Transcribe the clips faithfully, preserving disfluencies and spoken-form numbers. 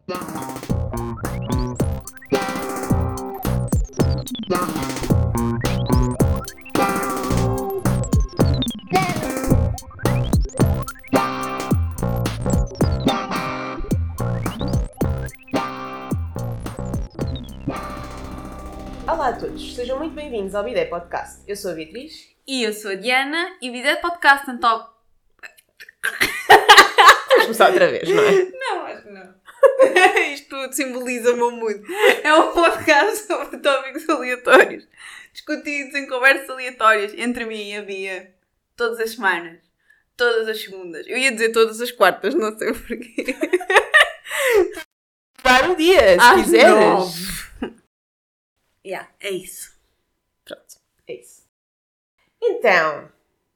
Olá a todos, sejam muito bem-vindos ao Bidé Podcast. Eu sou a Beatriz. E eu sou a Diana e Bidé Podcast então... Vamos começar outra vez, não é? Não, acho que não. Isto tudo simboliza o meu mood. É um podcast sobre tópicos aleatórios, discutidos em conversas aleatórias entre mim e a Bia, todas as semanas, todas as segundas. Eu ia dizer todas as quartas, não sei porquê. Para um dia, se Às quiseres. nove. Yeah, é isso. Pronto, é isso. Então,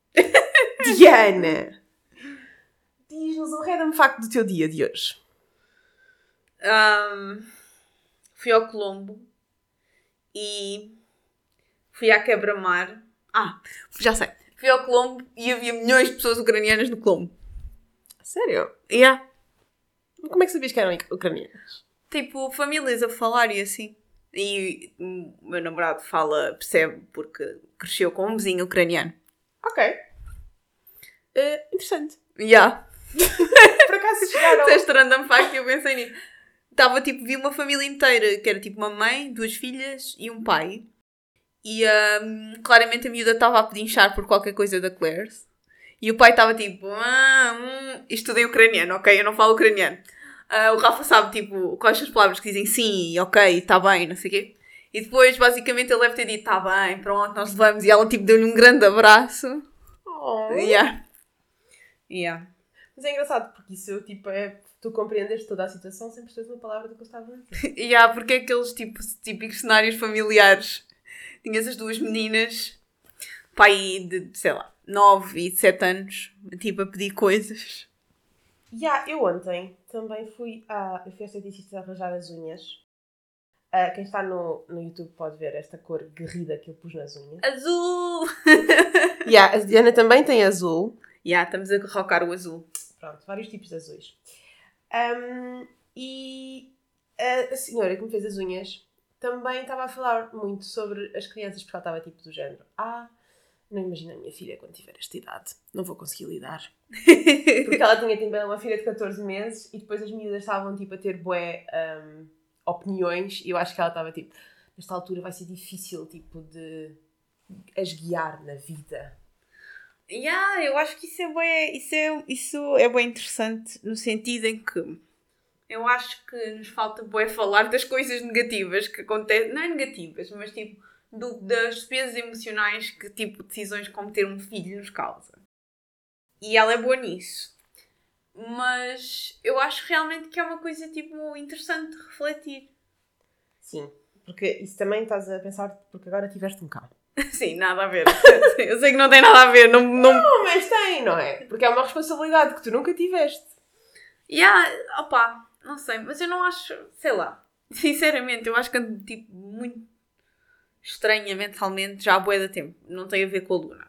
Diana, diz-nos um random fact do teu dia de hoje. Um, fui ao Colombo e fui à Quebra-Mar. Ah, já sei. Fui ao Colombo e havia milhões de pessoas ucranianas no Colombo. Sério? Yeah. Como é que sabias que eram ucranianas? Tipo, famílias a falar e assim. E o meu namorado fala, percebe, porque cresceu com um vizinho ucraniano. Ok. Uh, interessante. Yeah. Por acaso chegaram... Deste random fact, eu pensei nisso. Estava tipo, vi uma família inteira, que era tipo uma mãe, duas filhas e um pai. E um, claramente a miúda estava a pedinchar por qualquer coisa da Claire's. E o pai estava tipo, ah, hum, isto tudo em ucraniano, ok? Eu não falo ucraniano. Uh, o Rafa sabe, tipo, quais são as palavras que dizem sim, ok, está bem, não sei o quê. E depois, basicamente, ele deve ter dito, está bem, pronto, nós levamos. E ela, tipo, deu-lhe um grande abraço. Oh. Yeah. Yeah. Mas é engraçado, porque isso, tipo, é... Tu compreendes toda a situação sem perceber uma palavra do que eu estava a dizer. Yeah, porque é aqueles tipo, típicos cenários familiares. Tinhas as duas meninas, pai de, sei lá, nove e sete anos, tipo, a pedir coisas. Yeah, eu ontem também fui à festa de dentista arranjar as unhas. Uh, quem está no, no YouTube pode ver esta cor guerrida que eu pus nas unhas. Azul! Yeah, a Diana também tem azul. Yeah, estamos a rocar o azul. Pronto, vários tipos de azuis. Um, e a, a senhora que me fez as unhas também estava a falar muito sobre as crianças, porque ela estava tipo do género. Ah, não imagino a minha filha quando tiver esta idade. Não vou conseguir lidar. Porque ela tinha também uma filha de catorze meses e depois as miúdas estavam tipo a ter bué um, opiniões e eu acho que ela estava tipo, nesta altura vai ser difícil tipo de as guiar na vida. Yeah, eu acho que isso é bem, isso é, isso é bem interessante no sentido em que eu acho que nos falta bem falar das coisas negativas que acontecem, não é negativas, mas tipo do, das despesas emocionais que tipo decisões como ter um filho nos causa. E ela é boa nisso. Mas eu acho realmente que é uma coisa tipo interessante de refletir. Sim, porque isso também estás a pensar porque agora tiveste um cão. Sim, nada a ver. Eu sei que não tem nada a ver. Não, não... não, mas tem, não é? Porque é uma responsabilidade que tu nunca tiveste. Yeah, opa, não sei, mas eu não acho, sei lá, sinceramente, eu acho que ando tipo muito estranha mentalmente já há bué de tempo. Não tem a ver com a Luna.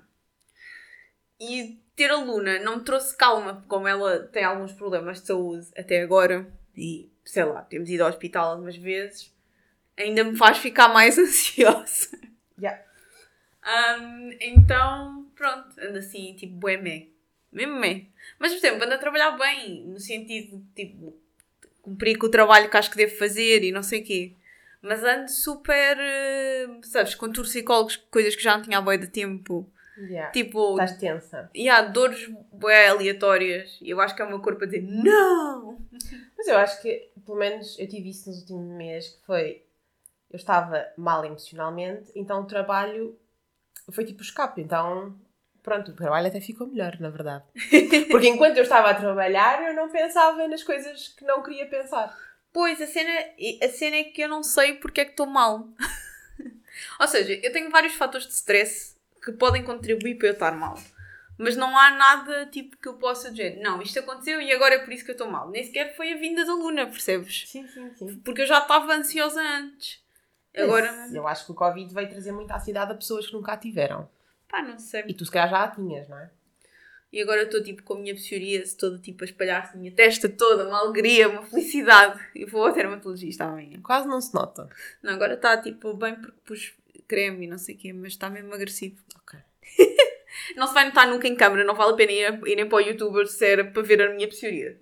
E ter a Luna não me trouxe calma, como ela tem alguns problemas de saúde até agora, e sei lá, temos ido ao hospital algumas vezes, ainda me faz ficar mais ansiosa. Yeah. Um, então, pronto, ando assim, tipo, bué mé. Mesmo mé. Mas, por exemplo, ando a trabalhar bem, no sentido de, tipo, cumprir com o trabalho que acho que devo fazer e não sei o quê. Mas ando super, uh, sabes, com torcicólogos, coisas que já não tinha há bué de tempo. Yeah. Tipo... Estás tensa. E há dores bué aleatórias. E eu acho que é o meu corpo a dizer, não! Mas eu acho que, pelo menos, eu tive isso nos últimos meses, que foi... Eu estava mal emocionalmente, então o trabalho... Foi tipo escape, então pronto, o trabalho até ficou melhor, na verdade. Porque enquanto eu estava a trabalhar, eu não pensava nas coisas que não queria pensar. Pois, a cena, a cena é que eu não sei porque é que estou mal. Ou seja, eu tenho vários fatores de stress que podem contribuir para eu estar mal. Mas não há nada tipo que eu possa dizer, não, isto aconteceu e agora é por isso que eu estou mal. Nem sequer foi a vinda da Luna, percebes? Sim, sim, sim. Porque eu já estava ansiosa antes. Agora... Mas eu acho que o Covid veio trazer muita ansiedade a pessoas que nunca a tiveram. Pá, não sei. E tu se calhar já a tinhas, não é? E agora estou tipo com a minha psoríase toda tipo a espalhar-se a minha testa toda, uma alegria, uma felicidade. E vou ao dermatologista amanhã. Quase não se nota. Não, agora está tipo bem porque pus creme e não sei o quê, mas está mesmo agressivo. Ok. Não se vai notar nunca em câmara, não vale a pena ir, irem para o YouTube se era para ver a minha psoríase.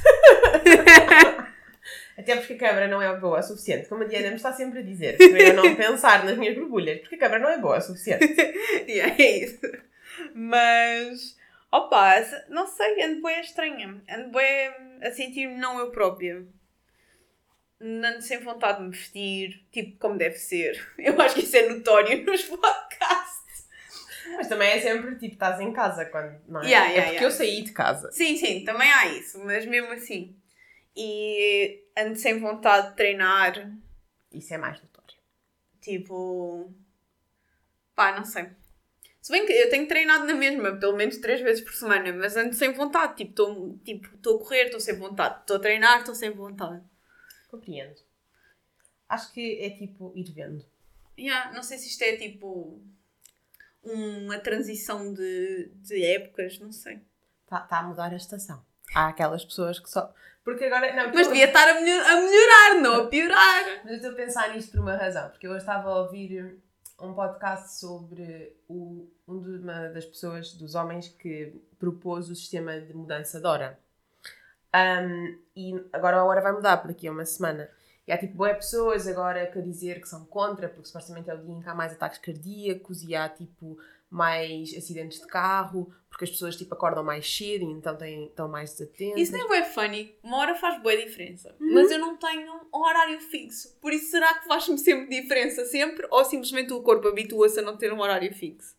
Até porque a câmara não é boa o suficiente. Como a Diana me está sempre a dizer, para eu não pensar nas minhas borbulhas, porque a câmara não é boa o suficiente. E é isso. Mas, opa, não sei, ando bem estranha. Ando bem a sentir-me não eu própria. Ando sem vontade de me vestir, tipo, como deve ser. Eu acho que isso é notório nos podcasts. Mas também é sempre, tipo, estás em casa quando, não é? Yeah, yeah, é porque yeah. eu saí de casa. Sim, sim, também há isso, mas mesmo assim. E ando sem vontade de treinar. Isso é mais notório. Tipo, pá, não sei. Se bem que eu tenho treinado na mesma, pelo menos três vezes por semana, mas ando sem vontade. Tipo, estou tipo, a correr, estou sem vontade. Estou a treinar, estou sem vontade. Compreendo. Acho que é tipo ir vendo. Yeah, não sei se isto é tipo uma transição de, de épocas, não sei. Está tá a mudar a estação. Há aquelas pessoas que só... Porque agora... Não, mas devia estar a, melhor, a melhorar, não a piorar. Mas eu estou a pensar nisto por uma razão. Porque eu estava a ouvir um podcast sobre o, um de, uma das pessoas, dos homens que propôs o sistema de mudança de hora. Um, e agora a hora vai mudar por daqui a uma semana. E há tipo boas pessoas agora que a dizer que são contra, porque supostamente é o dia em que há mais ataques cardíacos e há tipo mais acidentes de carro, porque as pessoas tipo acordam mais cedo e então têm, estão mais desatentas. Isso nem é bué funny. Uma hora faz boa diferença. Uhum. Mas eu não tenho um horário fixo. Por isso será que faz-me sempre diferença sempre? Ou simplesmente o corpo habitua-se a não ter um horário fixo?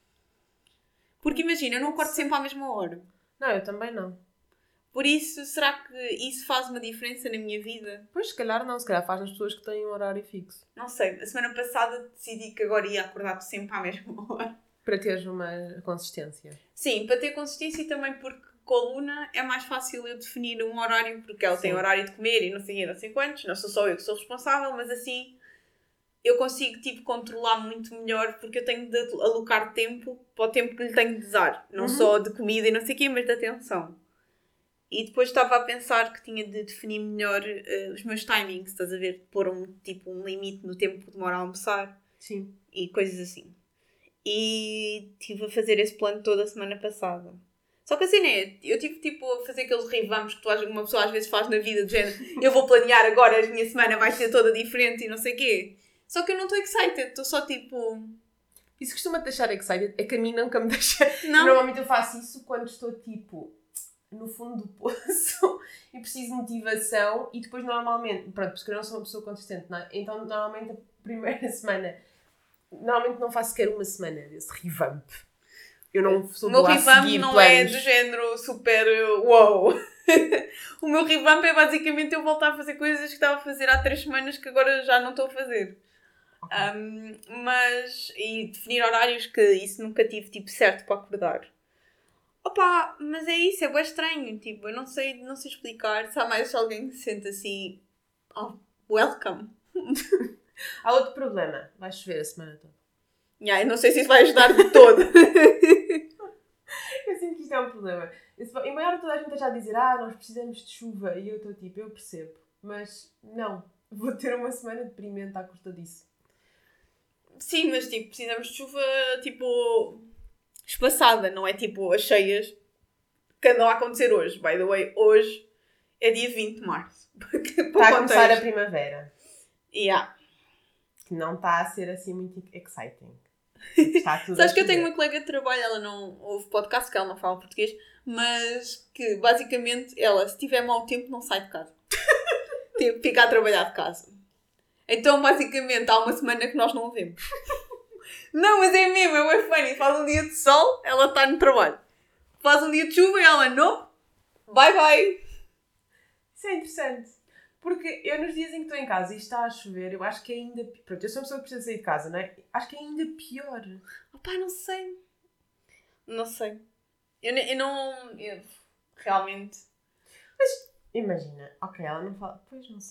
Porque imagina, eu não acordo sempre à mesma hora. Não, eu também não. Por isso, será que isso faz uma diferença na minha vida? Pois, se calhar não. Se calhar faz nas pessoas que têm um horário fixo. Não sei. A semana passada decidi que agora ia acordar sempre à mesma hora. Para teres uma consistência. Sim, para ter consistência e também porque com a Luna é mais fácil eu definir um horário, porque ela Sim. tem horário de comer e não sei, não sei quantos. Não sou só eu que sou responsável, mas assim eu consigo tipo, controlar muito melhor porque eu tenho de alocar tempo para o tempo que lhe tenho de dar. Não uhum. só de comida e não sei o quê, mas de atenção. E depois estava a pensar que tinha de definir melhor uh, os meus timings, estás a ver? Pôr um, tipo, um limite no tempo que demora a almoçar. Sim. E coisas assim. E estive a fazer esse plano toda a semana passada. Só que assim, né? Eu tive tipo a fazer aqueles revamps que tu, uma pessoa às vezes faz na vida, de género, eu vou planear agora, a minha semana vai ser toda diferente e não sei o quê. Só que eu não estou excited, estou só tipo... Isso costuma-te deixar excited? É que a mim nunca me deixa... Não. Normalmente eu faço isso quando estou tipo... no fundo do poço e preciso de motivação e depois normalmente, pronto, porque eu não sou uma pessoa consistente, não é? Então normalmente a primeira semana, normalmente não faço sequer uma semana desse revamp. Eu não sou boa a seguir planos. O meu revamp não é do género super wow. O meu revamp é basicamente eu voltar a fazer coisas que estava a fazer há três semanas que agora já não estou a fazer. Okay. Um, mas, e definir horários que isso nunca tive tipo certo para acordar. Opa, mas é isso, é bem estranho, tipo, eu não sei, não sei explicar, se há mais alguém que se sente assim, oh, welcome. Há outro problema, vai chover a semana toda. Yeah, eu não sei se isso vai ajudar de todo. Eu sinto que isto é um problema. Em maior toda a gente já a dizer, ah, nós precisamos de chuva, e eu estou tipo, eu percebo, mas não, vou ter uma semana deprimente à custa disso. Sim, mas tipo, precisamos de chuva, tipo... espaçada, não é tipo as cheias que andam a acontecer hoje. By the way, hoje é dia vinte de março. Está a começar a primavera. Yeah. Que não está a ser assim muito exciting. Está tudo Sabes que eu tenho uma colega de trabalho, ela não ouve podcast, que ela não fala português, mas que basicamente ela, se tiver mau tempo, não sai de casa. Tipo, fica a trabalhar de casa. Então, basicamente, há uma semana que nós não a vemos. Não, mas é mesmo, é bem funny. Faz um dia de sol, ela está no trabalho. Faz um dia de chuva e ela não. Bye bye. Isso é interessante. Porque eu nos dias em que estou em casa e está a chover, eu acho que é ainda... Pronto, eu sou uma pessoa que precisa sair de casa, não é? Acho que é ainda pior. Oh, pai, não sei. Não sei. Eu, eu não... Eu, realmente... Mas, imagina. Ok, ela não fala... Pois, não sei.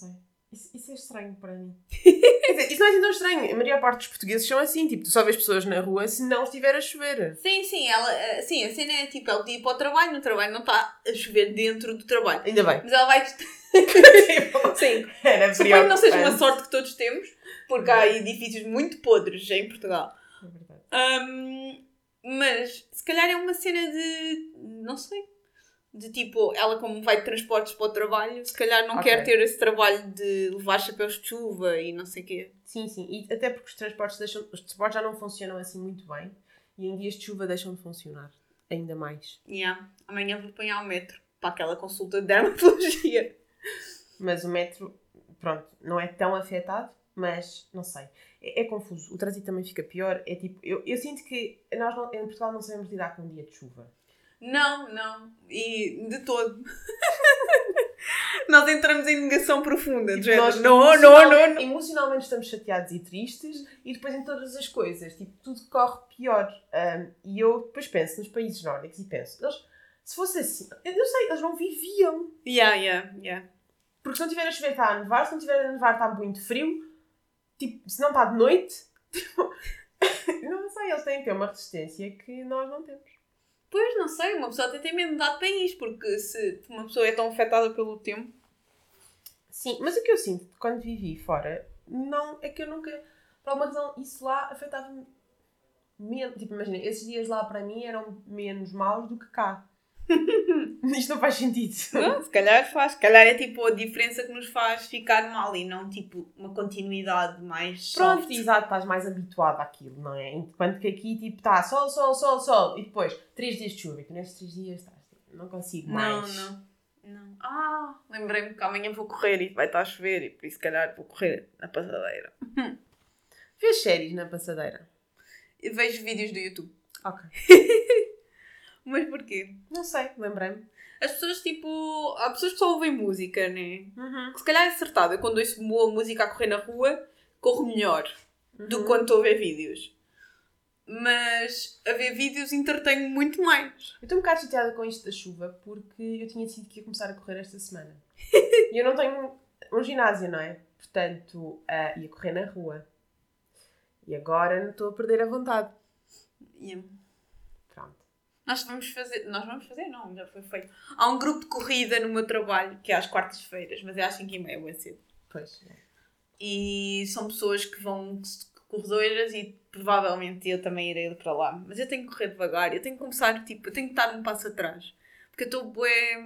Isso, isso é estranho para mim. Quer dizer, isso não é assim tão estranho. A maior parte dos portugueses são assim. Tipo, tu só vês pessoas na rua se não estiver a chover. Sim, sim, ela, eh, sim, a cena é tipo, ela podia ir para o trabalho, no trabalho não está a chover dentro do trabalho. Ainda bem. Mas ela vai... Sim. Era Suponho que não seja uma sorte que todos temos, porque há edifícios muito podres em Portugal. É verdade. Um, mas, se calhar é uma cena de... Não sei. De tipo, ela como vai de transportes para o trabalho, se calhar não Ok. quer ter esse trabalho de levar chapéus de chuva e não sei o quê. Sim, sim. E até porque os transportes, deixam, os transportes já não funcionam assim muito bem. E em dias de chuva deixam de funcionar. Ainda mais. Yeah. Amanhã vou apanhar o metro para aquela consulta de dermatologia. Mas o metro, pronto, não é tão afetado. Mas, não sei. É, é confuso. O trânsito também fica pior. É tipo... Eu, eu sinto que nós não, em Portugal não sabemos lidar com um dia de chuva. Não, não. E de todo. Nós entramos em negação profunda. Tipo, Tipo, nós não, não, emocionalmente- não, não. Emocionalmente estamos chateados e tristes e depois em todas as coisas, tipo, tudo corre pior. Um, e eu depois penso nos países nórdicos e penso, eles, se fosse assim, eu não sei, eles não viviam. Yeah, yeah, yeah. Porque se não tiver a chover está a nevar, se não tiver a nevar está muito frio, tipo, se não está de noite, tipo, não sei, eles têm que ter uma resistência que nós não temos. Pois, não sei, uma pessoa até tem medo de mudar de país, porque se uma pessoa é tão afetada pelo tempo... Sim, mas o que eu sinto quando vivi fora, não, é que eu nunca, por alguma razão, isso lá afetava-me menos. Tipo, imagina, esses dias lá para mim eram menos maus do que cá. Isto não faz sentido. Não, se calhar faz. Se calhar é tipo a diferença que nos faz ficar mal e não tipo uma continuidade mais Pronto, soft. exato, estás mais habituado àquilo, não é? Enquanto que aqui, tipo, está sol, sol, sol, sol, e depois três dias de chuva, e tu nesses três dias estás, tipo, não consigo mais. Não, não. Não. Ah, lembrei-me que amanhã vou correr e vai estar a chover e por isso se calhar vou correr na passadeira. Vês séries na passadeira? E vejo vídeos do YouTube. Ok. Mas porquê? Não sei, lembrei-me. As pessoas tipo... Há pessoas que só ouvem música, né? Uhum. Se calhar é acertado. Eu quando ouço boa música a correr na rua, corro melhor do Uhum. que quando estou a ver vídeos. Mas a ver vídeos entretenho muito mais. Eu estou um bocado chateada com isto da chuva porque eu tinha decidido que ia começar a correr esta semana. E eu não tenho um ginásio, não é? Portanto, uh, ia correr na rua. E agora não estou a perder a vontade. Yeah. Pronto. Nós vamos fazer... Nós vamos fazer? Não, já foi feito. Há um grupo de corrida no meu trabalho, que é às quartas-feiras, mas é às cinco e meia, é cedo. Pois. É. E são pessoas que vão corredoras e provavelmente eu também irei para lá. Mas eu tenho que correr devagar, eu tenho que começar, tipo, eu tenho que estar um passo atrás. Porque eu estou bué...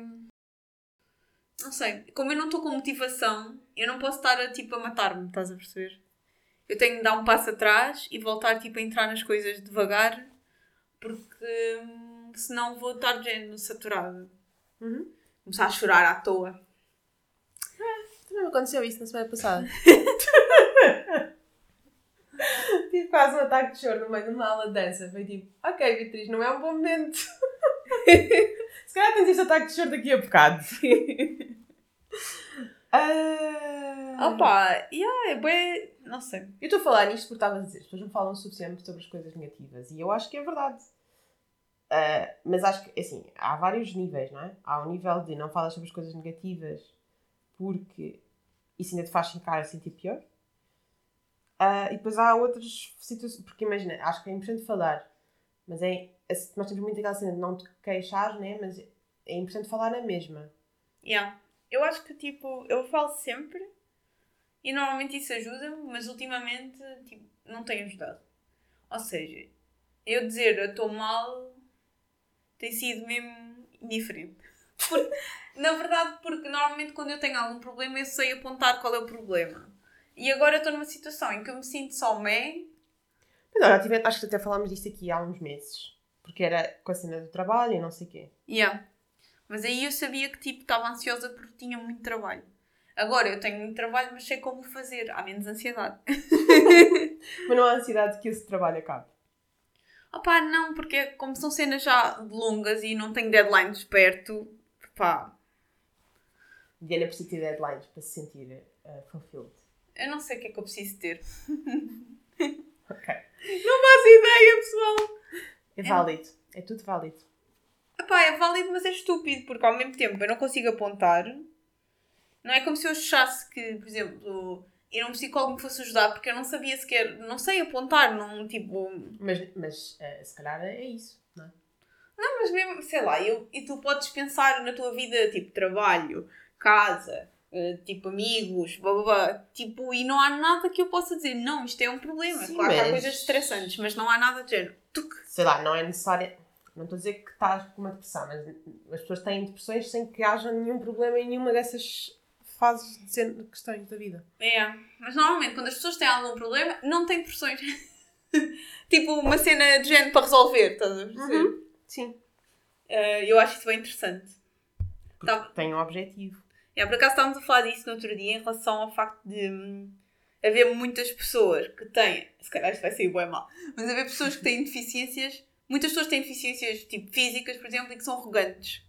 Não sei, como eu não estou com motivação, eu não posso estar a, tipo, a matar-me, estás a perceber? Eu tenho de dar um passo atrás e voltar, tipo, a entrar nas coisas devagar, porque hum, senão vou estar de género saturada. Uhum. Começar a chorar à toa. Também me aconteceu isso na semana passada. Tive quase um ataque de choro no meio de uma aula de dança. Foi tipo, ok, Beatriz, não é um bom momento. Se calhar tens este ataque de choro daqui a bocado. ah... Opa, yeah, é bué... Não sei. Eu estou a falar nisto porque estava a dizer, as pessoas não falam o suficiente sobre as coisas negativas. E eu acho que é verdade. Uh, mas acho que, assim, há vários níveis, não é? Há um nível de não falas sobre as coisas negativas porque isso ainda te faz ficar a sentir pior. Uh, e depois há outras situações, porque imagina, acho que é importante falar, mas é, nós temos muito aquela cena de não te queixar, né? Mas é importante falar na mesma. Yeah. Eu acho que, tipo, eu falo sempre e normalmente isso ajuda-me, mas ultimamente, tipo, não tem ajudado. Ou seja, eu dizer eu estou mal tem sido mesmo indiferente. Porque, na verdade, porque normalmente quando eu tenho algum problema eu sei apontar qual é o problema. E agora estou numa situação em que eu me sinto só mé. Mas olha, tive, acho que até falámos disto aqui há uns meses. Porque era com a cena do trabalho e não sei o quê. Yeah. Mas aí eu sabia que tipo estava ansiosa porque tinha muito trabalho. Agora eu tenho muito trabalho, mas sei como fazer. Há menos ansiedade. Mas não há ansiedade de que esse trabalho acabe. Opá, não, porque como são cenas já longas e não tenho deadlines perto, pá, Diana precisa ter deadlines para se sentir uh, fulfilled. eu não sei o que é que eu preciso ter. Ok. Não faço ideia, pessoal. É válido. É tudo válido. Epá, é válido, mas é estúpido, porque ao mesmo tempo eu não consigo apontar Não é como se eu achasse que, por exemplo, ir a um psicólogo me fosse ajudar, porque eu não sabia sequer, não sei apontar, não, tipo... Mas, mas uh, se calhar é isso, não é? Não, mas mesmo, sei lá, eu, e tu podes pensar na tua vida, tipo, trabalho, casa, uh, tipo, amigos, blá, blá, blá, tipo, e não há nada que eu possa dizer, não, isto é um problema. Sim, claro que há mas- coisas estressantes, mas não há nada de género. Tuc. Sei lá, não é necessário... Não estou a dizer que estás com uma depressão, mas as pessoas têm depressões sem que haja nenhum problema em nenhuma dessas fases de sen- questões da vida. É, mas normalmente quando as pessoas têm algum problema, não têm pressões. Tipo, uma cena de género para resolver, estás a perceber? Uhum. Sim. Uh, eu acho isso bem interessante. Porque Tá. tem um objetivo. É, por acaso estávamos a falar disso no outro dia em relação ao facto de hum, haver muitas pessoas que têm, se calhar isto vai sair bem mal, mas haver pessoas que têm deficiências, muitas pessoas têm deficiências tipo físicas, por exemplo, e que são arrogantes.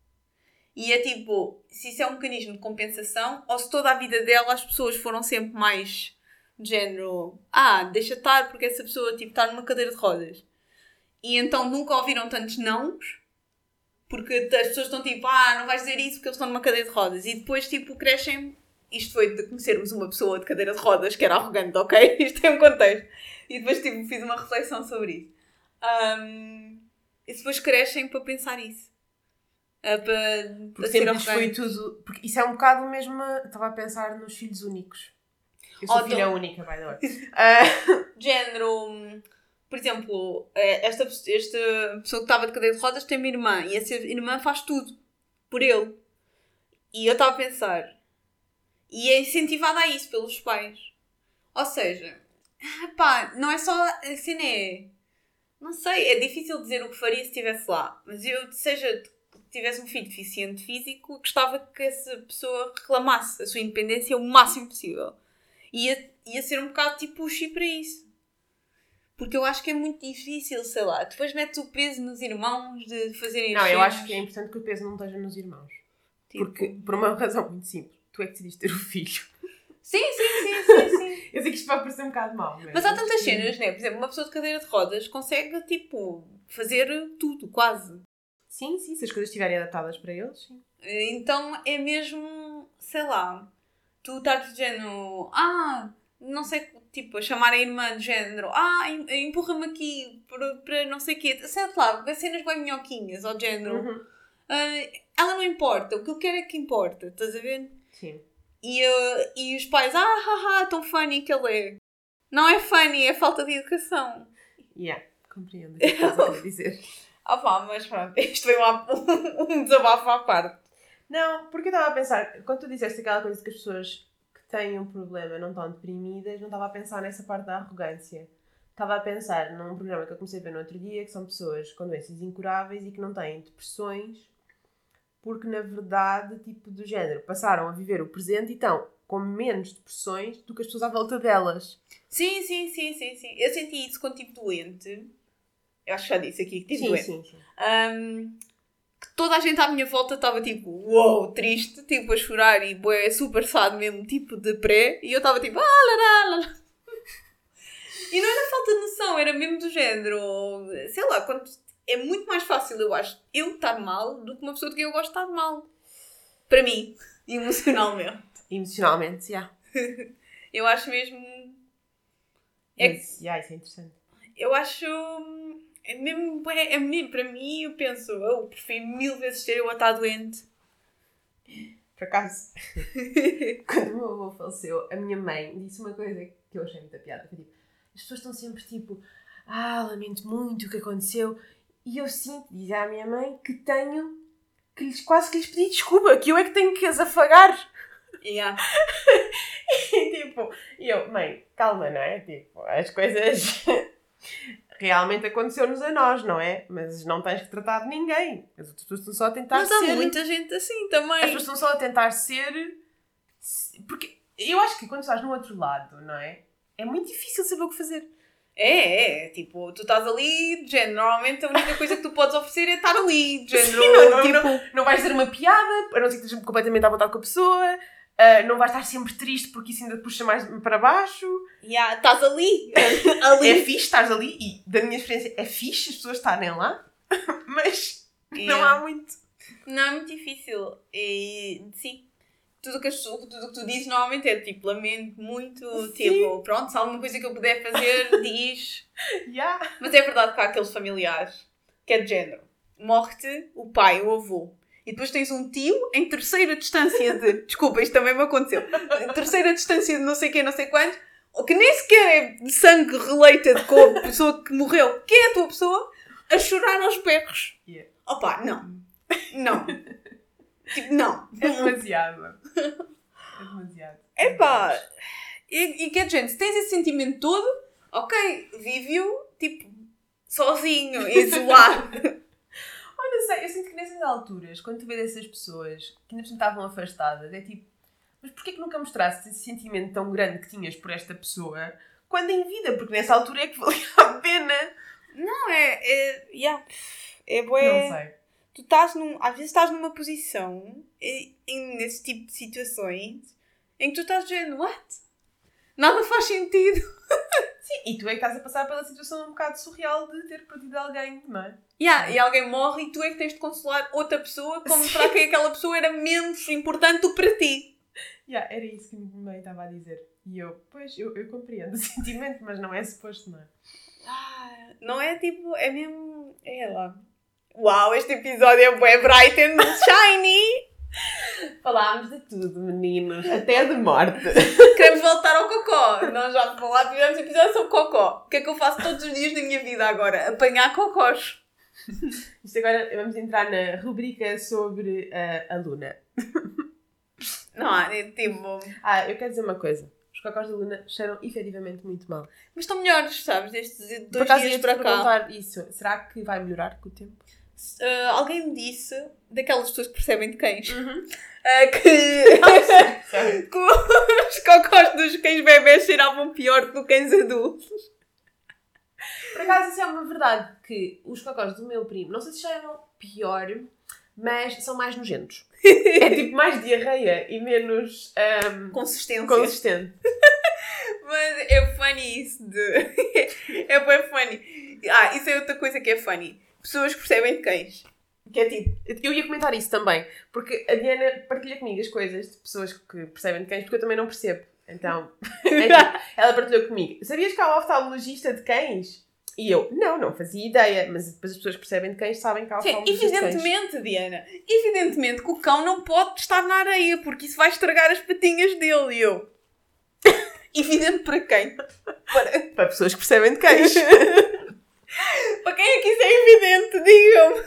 E é tipo, se isso é um mecanismo de compensação ou se toda a vida dela as pessoas foram sempre mais de género, ah, deixa estar porque essa pessoa tipo, está numa cadeira de rodas. E então nunca ouviram tantos nãos porque as pessoas estão tipo, ah, não vais dizer isso porque eles estão numa cadeira de rodas. E depois, tipo, crescem... Isto foi de conhecermos uma pessoa de cadeira de rodas que era arrogante, ok? Isto tem um contexto. E depois, tipo, fiz uma reflexão sobre isso. Um, e depois crescem para pensar isso. Uh, para, Porque para ser sempre lhes foi arrogante. tudo... Porque isso é um bocado mesmo... Estava a pensar nos filhos únicos. Eu sou Oh, filha então- única, by the way. Uh, Género... Por exemplo, esta, esta pessoa que estava de cadeira de rodas tem uma irmã. E essa irmã faz tudo. Por ele. E eu estava a pensar... E é incentivada a isso pelos pais. Ou seja, pá, não é só... A cena é... Não sei, é difícil dizer o que faria se estivesse lá. Mas eu, seja, tivesse um filho deficiente físico, gostava que essa pessoa reclamasse a sua independência o máximo possível. Ia, ia ser um bocado tipo pushy para isso. Porque eu acho que é muito difícil, sei lá. Depois metes o peso nos irmãos de fazerem as não, eu cenas. acho que é importante que o peso não esteja nos irmãos. Tipo- Porque, por uma razão muito simples. Tu é que decidiste ter o filho. Sim, sim, sim, sim, sim. Eu sei que isto vai parecer um bocado mau. Mas, Mas há tantas acho que- cenas, né? Por exemplo, uma pessoa de cadeira de rodas consegue, tipo, fazer tudo, quase. Sim, sim. Se as coisas estiverem adaptadas para eles, sim. Então é mesmo, sei lá, tu estás de género, ah, não sei, tipo, a chamar a irmã de género, ah, em- empurra-me aqui para, para não sei o quê, sei lá, vai cenas bem minhoquinhas, ao género, Uhum. ah, ela não importa, o que eu quero é que importa, estás a ver? Sim. E, uh, e os pais, ah, haha, tão funny que ele é. Não é funny, é falta de educação. Yeah. Compreendo o que estás a querer dizer. Ah pá, mas pronto, isto foi uma, um desabafo à parte. Não, porque eu estava a pensar... Quando tu disseste aquela coisa de que as pessoas que têm um problema não estão deprimidas, não estava a pensar nessa parte da arrogância. Estava a pensar num programa que eu comecei a ver no outro dia, que são pessoas com doenças incuráveis e que não têm depressões, porque na verdade, tipo do género, passaram a viver o presente e estão com menos depressões do que as pessoas à volta delas. Sim, sim, sim, sim, sim. Eu senti isso quando estive doente. Eu acho que já disse aqui que estive Sim, doente. sim, sim. Um, que toda a gente à minha volta estava tipo, uou, wow, triste, tipo a chorar e bué, super sad mesmo, tipo de pré. E eu estava tipo, ah, lá, lá, lá. E não era falta de noção, era mesmo do género, sei lá, quando... é muito mais fácil, eu acho, eu estar mal do que uma pessoa de quem eu gosto de estar mal. Para mim, emocionalmente. Emocionalmente, já. Yeah. Eu acho mesmo... É, Mas, yeah, isso é interessante. eu acho... É mesmo... É, é mesmo para mim, eu penso, eu prefiro mil vezes ter eu a estar doente. Por acaso, quando o meu avô faleceu, a minha mãe disse uma coisa que eu achei muita piada. Que, tipo, as pessoas estão sempre tipo, ah, lamento muito o que aconteceu. E eu sinto, diz à minha mãe, que tenho, que lhes, quase que lhes pedi desculpa, que eu é que tenho que as afagar. Yeah. E tipo, e eu, mãe, calma, não é? Tipo, as coisas realmente aconteceu-nos a nós, não é? Mas não tens que tratar de ninguém. As outras pessoas estão só a tentar Mas ser... há muita gente assim também. As pessoas estão só a tentar ser... Porque eu acho que quando estás no outro lado, não é? É muito difícil saber o que fazer. É, é, tipo, tu estás ali, de género, normalmente a única coisa que tu podes oferecer é estar ali, de género, Sim, não, não, tipo... não, não vais dizer uma piada, a não ser que estejas completamente à vontade com a pessoa, uh, não vais estar sempre triste porque isso ainda te puxa mais para baixo. Yeah, estás ali, ali. É fixe, estás ali, e da minha experiência é fixe as pessoas estarem lá, mas Yeah. não há muito. Não, é muito difícil. E, sim. tudo o que, as- tudo o que tu dizes normalmente é tipo, lamento muito, Sim. tipo, pronto, se há alguma coisa que eu puder fazer, diz. Yeah. Mas é verdade que há aqueles familiares que é de género. Morre-te o pai, o avô. E depois tens um tio em terceira distância de... Desculpa, isto também me aconteceu. Em terceira distância de não sei quem, não sei quantos. Que nem sequer é de sangue related com a pessoa que morreu. Que é a tua pessoa a chorar aos berros. Yeah. Opa, não. Não. Tipo, não. É demasiado. É demasiado. Epá. E, e que é de gente, se tens esse sentimento todo, ok, vive-o, tipo, sozinho, isolado. Olha, não sei, eu sinto que nessas alturas, quando tu vês essas pessoas que ainda por cima estavam afastadas, é tipo, mas porquê que nunca mostraste esse sentimento tão grande que tinhas por esta pessoa quando em vida? Porque nessa altura é que valia a pena. Não, é... é yeah. É bué... Não sei. Tu estás num... Às vezes estás numa posição, em, em- nesse tipo de situações, em que tu estás dizendo, what? Nada faz sentido. Sim, e tu é que estás a passar pela situação um bocado surreal de ter perdido alguém, não é? Yeah, e alguém morre e tu é que tens de consolar outra pessoa como para quem aquela pessoa era menos importante do que para ti. Yeah, era isso que a minha mãe estava a dizer. E eu, pois, eu, eu compreendo o sentimento, mas não é suposto, não é? Ah, não é tipo, é mesmo... É lá. Uau, este episódio é bué bright and shiny! Falámos de tudo, meninos. Até de morte. Queremos voltar ao cocó. Nós já falámos, fizemos episódio sobre cocó. O que é que eu faço todos os dias da minha vida agora? Apanhar cocós. Isto agora, vamos entrar na rubrica sobre a, a Luna. Não há, é tipo... Ah, eu quero dizer uma coisa. Os cocós da Luna cheiram efetivamente muito mal. Mas estão melhores, sabes? Destes Por dois acaso dias ia-te para cá. perguntar isso. Será que vai melhorar com o tempo? Uh, alguém me disse, daquelas pessoas que percebem de cães, Uhum. uh, que, que os cocós dos cães bebés cheiravam pior do que cães adultos. Por acaso isso é uma verdade, que os cocós do meu primo, não sei se cheiram pior, mas são mais nojentos. É tipo mais diarreia e menos ahm, Consistência. consistente. Mas é funny isso de... é bem funny. Ah, isso é outra coisa que é funny. Pessoas que percebem de cães. Que é tipo... Eu ia comentar isso também, porque a Diana partilha comigo as coisas de pessoas que percebem de cães, porque eu também não percebo. Então, enfim, ela partilhou comigo. Sabias que há um oftalmologista de cães? E eu, não, não fazia ideia, mas depois as pessoas que percebem de cães sabem que há Sim, oftalmologista de cães. evidentemente, Diana. Evidentemente que o cão não pode estar na areia, porque isso vai estragar as patinhas dele. E eu... Evidente para quem? Para... Para pessoas que percebem de cães. Para quem é que isso é evidente? Digam-me.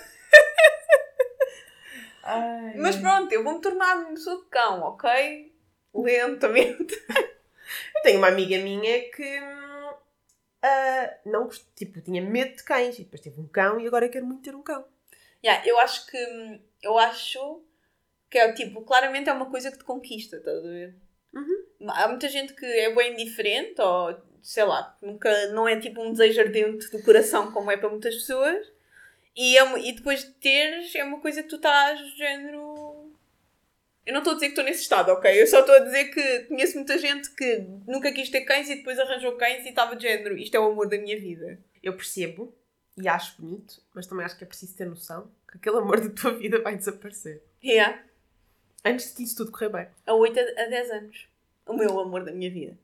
Ai, Mas pronto, eu vou-me tornar uma pessoa de cão, ok? Lentamente. eu tenho uma amiga minha que hum, ah, não, gost- tipo, tinha medo de cães e depois teve um cão e agora quer muito ter um cão. Yeah, eu acho que... Eu acho que é tipo... Claramente é uma coisa que te conquista, estás a ver? Uhum. Há muita gente que é bem indiferente ou... Sei lá, nunca... Não é tipo um desejo ardente do coração como é para muitas pessoas. E, é, uma- e depois de teres, é uma coisa que tu estás de género... Eu não estou a dizer que estou nesse estado, ok? Eu só estou a dizer que conheço muita gente que nunca quis ter cães e depois arranjou cães e estava de género. Isto é o amor da minha vida. Eu percebo e acho bonito, mas também acho que é preciso ter noção que aquele amor da tua vida vai desaparecer. Yeah. Antes de isso tudo correr bem. Há oito a dez anos. O meu amor da minha vida.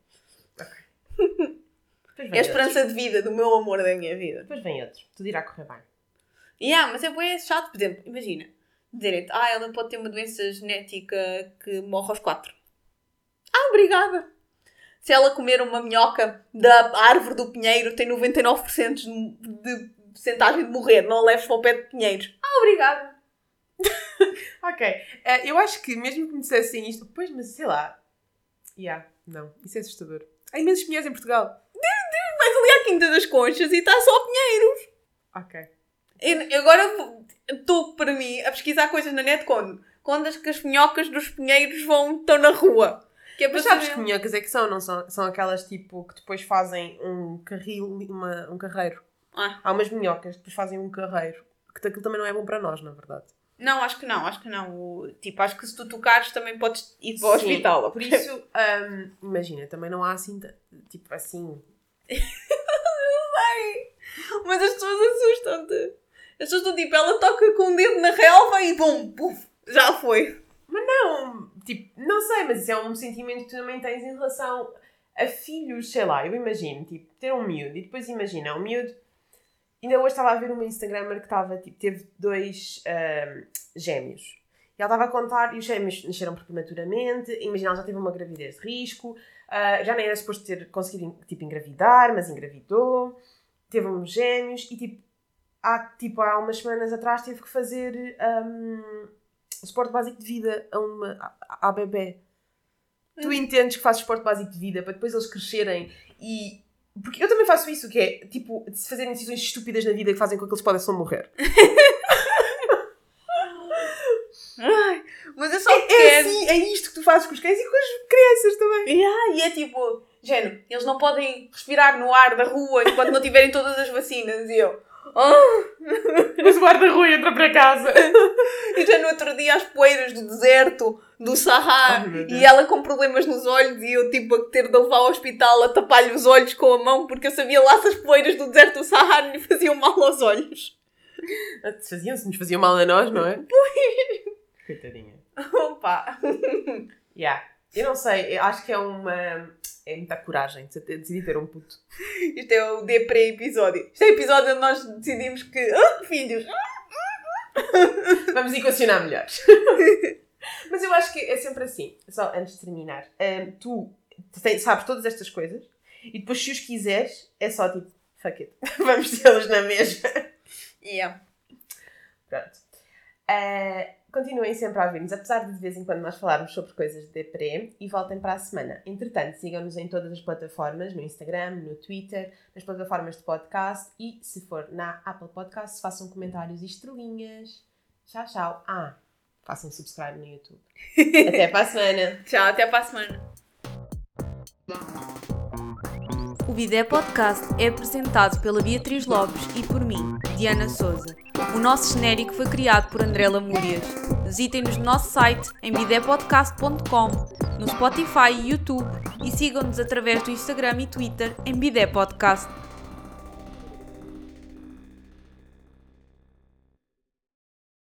Depois É vem a esperança de vida do meu amor da minha vida. outro. Depois vem outro. Tudo irá correr bem. Yeah, mas é bem chato. Por exemplo, imagina. Dizer, ah, ela pode ter uma doença genética que morre aos quatro. Ah, obrigada. Se ela comer uma minhoca da árvore do pinheiro, tem noventa e nove por cento de porcentagem de morrer. Não a leves para o pé de pinheiros. Ah, obrigada. Ok. Eh, eu acho que mesmo que me dissessem isto, pois, mas sei lá. Yeah, não. Isso é assustador. Há imensos pinheiros em Portugal. Vais ali à Quinta das Conchas e está só pinheiros. Ok. Eu, agora estou, para mim, a pesquisar coisas na net quando, quando as, que as minhocas dos pinheiros vão, estão na rua. Que é para Mas sabes saber- que minhocas é que são? Não são? São aquelas tipo que depois fazem um carril, uma, um carreiro. Ah, Há umas minhocas que depois fazem um carreiro. Que aquilo também não é bom para nós, na verdade. não, acho que não, acho que não. O, tipo, acho que se tu tocares também podes ir para o Sim, hospital. Por isso, hum, imagina, também não há assim, t- tipo assim... Mas as pessoas assustam-te. As pessoas estão tipo, ela toca com o dedo na relva e bum, puf, já foi. Não, tipo, não sei, mas isso é um sentimento que tu também tens em relação a filhos, sei lá, eu imagino, tipo, ter um miúdo e depois imagina, um miúdo. Ainda hoje estava a ver uma Instagrammer que estava, tipo, teve dois um, gêmeos. E ela estava a contar, e os gêmeos nasceram prematuramente, imagina, ela já teve uma gravidez de risco, uh, já nem era suposto ter conseguido, tipo, engravidar, mas engravidou, teve uns gêmeos, e, tipo, há, tipo, há umas semanas atrás teve que fazer um, suporte básico de vida a uma, à bebê. Tu entendes que fazes suporte básico de vida para depois eles crescerem e... Porque eu também faço isso, que é, tipo, de se fazerem decisões estúpidas na vida que fazem com que eles possam morrer. Ai, mas eu só é, quero... É, assim, é isto que tu fazes com os cães e com as crianças também. Yeah, e é tipo, género, eles não podem respirar no ar da rua enquanto não tiverem todas as vacinas. E eu... Oh. Mas o guarda-rua entra para casa. E já no outro dia as poeiras do deserto, do Sahara, oh, e ela com problemas nos olhos e eu tipo a ter de levar ao hospital a tapar-lhe os olhos com a mão porque eu sabia lá se as poeiras do deserto do Sahara lhe faziam mal aos olhos. Faziam, se nos faziam mal a nós, não é? Pois. Coitadinha. Opa. Yeah. Eu não sei, eu acho que é uma... É muita coragem de decidir ter um puto. Isto é o D pré-episódio. Isto é o episódio onde nós decidimos que... Ah, filhos! Vamos equacionar melhores. Mas eu acho que é sempre assim. Só antes de terminar. Um, tu tens, sabes todas estas coisas e depois se os quiseres é só tipo... Fuck it. Vamos tê-los na mesma. Yeah. Pronto. Uh, continuem sempre a ouvir-nos, apesar de de vez em quando nós falarmos sobre coisas de deprê, e voltem para a semana. Entretanto, sigam-nos em todas as plataformas, no Instagram, no Twitter, nas plataformas de podcast e, se for na Apple Podcasts, façam comentários e estrelinhas. Tchau, tchau. Ah, façam subscribe no YouTube. Até para a semana. Tchau, até para a semana. O Bidé Podcast é apresentado pela Beatriz Lopes e por mim, Diana Souza. O nosso genérico foi criado por André Lamúrias. Visitem-nos no nosso site em bidé podcast ponto com, no Spotify e YouTube e sigam-nos através do Instagram e Twitter em Bidé Podcast.